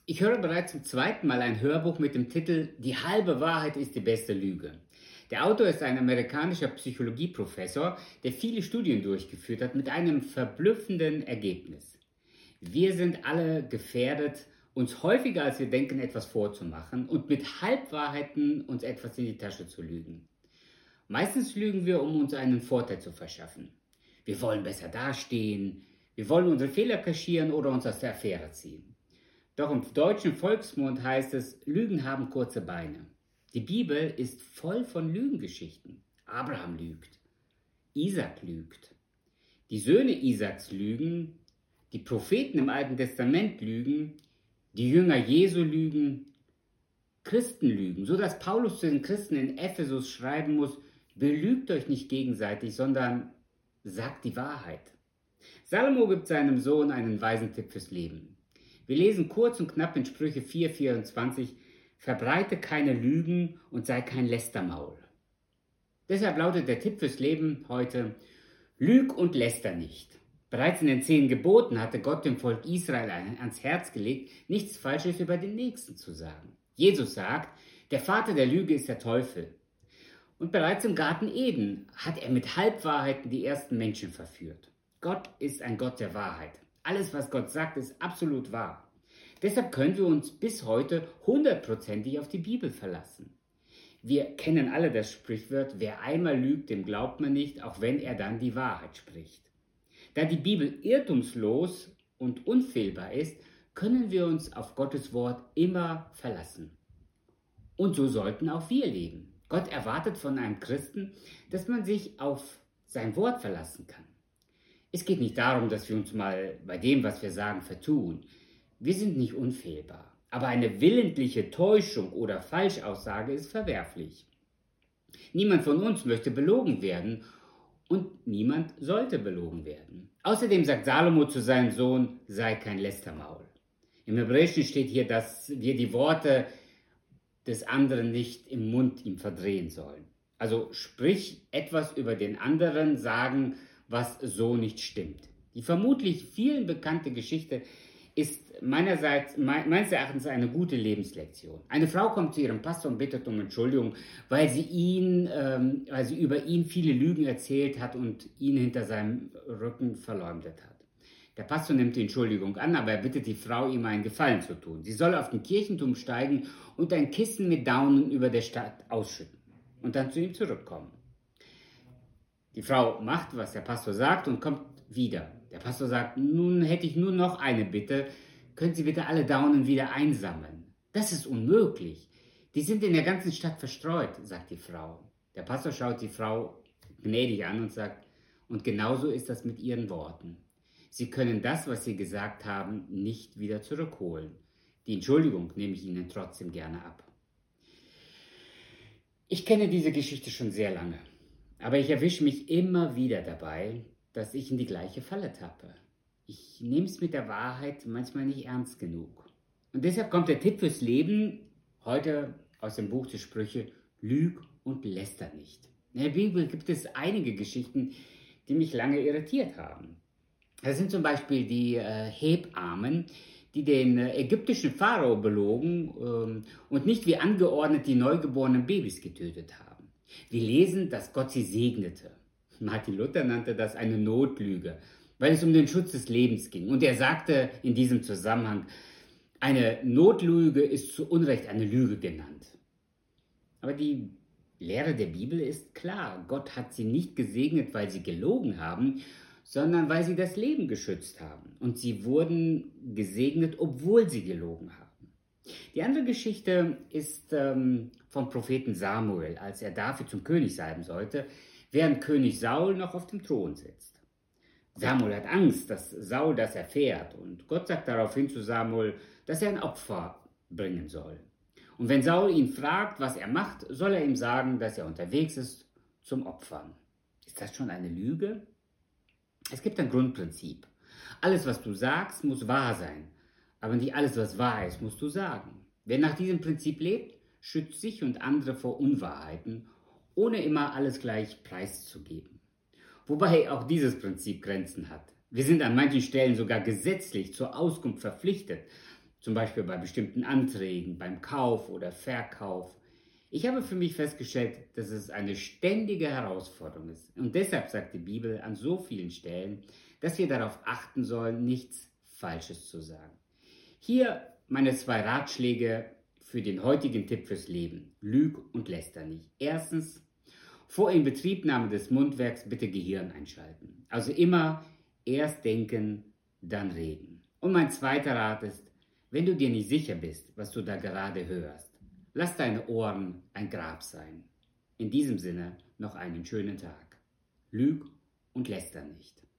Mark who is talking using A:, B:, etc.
A: Ich höre bereits zum zweiten Mal ein Hörbuch mit dem Titel Die halbe Wahrheit ist die beste Lüge. Der Autor ist ein amerikanischer Psychologieprofessor, der viele Studien durchgeführt hat mit einem verblüffenden Ergebnis. Wir sind alle gefährdet, uns häufiger als wir denken etwas vorzumachen und mit Halbwahrheiten uns etwas in die Tasche zu lügen. Meistens lügen wir, um uns einen Vorteil zu verschaffen. Wir wollen besser dastehen, wir wollen unsere Fehler kaschieren oder uns aus der Affäre ziehen. Doch im deutschen Volksmund heißt es, Lügen haben kurze Beine. Die Bibel ist voll von Lügengeschichten. Abraham lügt, Isaac lügt, die Söhne Isaaks lügen, die Propheten im Alten Testament lügen, die Jünger Jesu lügen, Christen lügen, so dass Paulus zu den Christen in Ephesus schreiben muss, belügt euch nicht gegenseitig, sondern sagt die Wahrheit. Salomo gibt seinem Sohn einen weisen Tipp fürs Leben. Wir lesen kurz und knapp in Sprüche 4,24, verbreite keine Lügen und sei kein Lästermaul. Deshalb lautet der Tipp fürs Leben heute, lüg und läster nicht. Bereits in den 10 Geboten hatte Gott dem Volk Israel ans Herz gelegt, nichts Falsches über den Nächsten zu sagen. Jesus sagt, der Vater der Lüge ist der Teufel. Und bereits im Garten Eden hat er mit Halbwahrheiten die ersten Menschen verführt. Gott ist ein Gott der Wahrheit. Alles, was Gott sagt, ist absolut wahr. Deshalb können wir uns bis heute 100%ig auf die Bibel verlassen. Wir kennen alle das Sprichwort, wer einmal lügt, dem glaubt man nicht, auch wenn er dann die Wahrheit spricht. Da die Bibel irrtumslos und unfehlbar ist, können wir uns auf Gottes Wort immer verlassen. Und so sollten auch wir leben. Gott erwartet von einem Christen, dass man sich auf sein Wort verlassen kann. Es geht nicht darum, dass wir uns mal bei dem, was wir sagen, vertun. Wir sind nicht unfehlbar. Aber eine willentliche Täuschung oder Falschaussage ist verwerflich. Niemand von uns möchte belogen werden und niemand sollte belogen werden. Außerdem sagt Salomo zu seinem Sohn, sei kein Lästermaul. Im Hebräischen steht hier, dass wir die Worte des anderen nicht im Mund ihm verdrehen sollen. Also sprich etwas über den anderen, sagen, was so nicht stimmt. Die vermutlich vielen bekannte Geschichte ist meines Erachtens eine gute Lebenslektion. Eine Frau kommt zu ihrem Pastor und bittet um Entschuldigung, weil sie über ihn viele Lügen erzählt hat und ihn hinter seinem Rücken verleumdet hat. Der Pastor nimmt die Entschuldigung an, aber er bittet die Frau, ihm einen Gefallen zu tun. Sie soll auf den Kirchturm steigen und ein Kissen mit Daunen über der Stadt ausschütten und dann zu ihm zurückkommen. Die Frau macht, was der Pastor sagt und kommt wieder. Der Pastor sagt, nun hätte ich nur noch eine Bitte. Können Sie bitte alle Daunen wieder einsammeln? Das ist unmöglich. Die sind in der ganzen Stadt verstreut, sagt die Frau. Der Pastor schaut die Frau gnädig an und sagt, und genauso ist das mit Ihren Worten. Sie können das, was Sie gesagt haben, nicht wieder zurückholen. Die Entschuldigung nehme ich Ihnen trotzdem gerne ab. Ich kenne diese Geschichte schon sehr lange. Aber ich erwische mich immer wieder dabei, dass ich in die gleiche Falle tappe. Ich nehme es mit der Wahrheit manchmal nicht ernst genug. Und deshalb kommt der Tipp fürs Leben heute aus dem Buch der Sprüche, lüg und läster nicht. In der Bibel gibt es einige Geschichten, die mich lange irritiert haben. Das sind zum Beispiel die Hebammen, die den ägyptischen Pharao belogen und nicht wie angeordnet die neugeborenen Babys getötet haben. Wir lesen, dass Gott sie segnete. Martin Luther nannte das eine Notlüge, weil es um den Schutz des Lebens ging. Und er sagte in diesem Zusammenhang, eine Notlüge ist zu Unrecht eine Lüge genannt. Aber die Lehre der Bibel ist klar. Gott hat sie nicht gesegnet, weil sie gelogen haben, sondern weil sie das Leben geschützt haben. Und sie wurden gesegnet, obwohl sie gelogen haben. Die andere Geschichte ist vom Propheten Samuel, als er David zum König salben sollte, während König Saul noch auf dem Thron sitzt. Samuel hat Angst, dass Saul das erfährt und Gott sagt daraufhin zu Samuel, dass er ein Opfer bringen soll. Und wenn Saul ihn fragt, was er macht, soll er ihm sagen, dass er unterwegs ist zum Opfern. Ist das schon eine Lüge? Es gibt ein Grundprinzip. Alles, was du sagst, muss wahr sein. Aber nicht alles, was wahr ist, musst du sagen. Wer nach diesem Prinzip lebt, schützt sich und andere vor Unwahrheiten, ohne immer alles gleich preiszugeben. Wobei auch dieses Prinzip Grenzen hat. Wir sind an manchen Stellen sogar gesetzlich zur Auskunft verpflichtet. Zum Beispiel bei bestimmten Anträgen, beim Kauf oder Verkauf. Ich habe für mich festgestellt, dass es eine ständige Herausforderung ist. Und deshalb sagt die Bibel an so vielen Stellen, dass wir darauf achten sollen, nichts Falsches zu sagen. Hier meine 2 Ratschläge für den heutigen Tipp fürs Leben. Lüg und läster nicht. Erstens, vor Inbetriebnahme des Mundwerks bitte Gehirn einschalten. Also immer erst denken, dann reden. Und mein zweiter Rat ist, wenn du dir nicht sicher bist, was du da gerade hörst, lass deine Ohren ein Grab sein. In diesem Sinne noch einen schönen Tag. Lüg und läster nicht.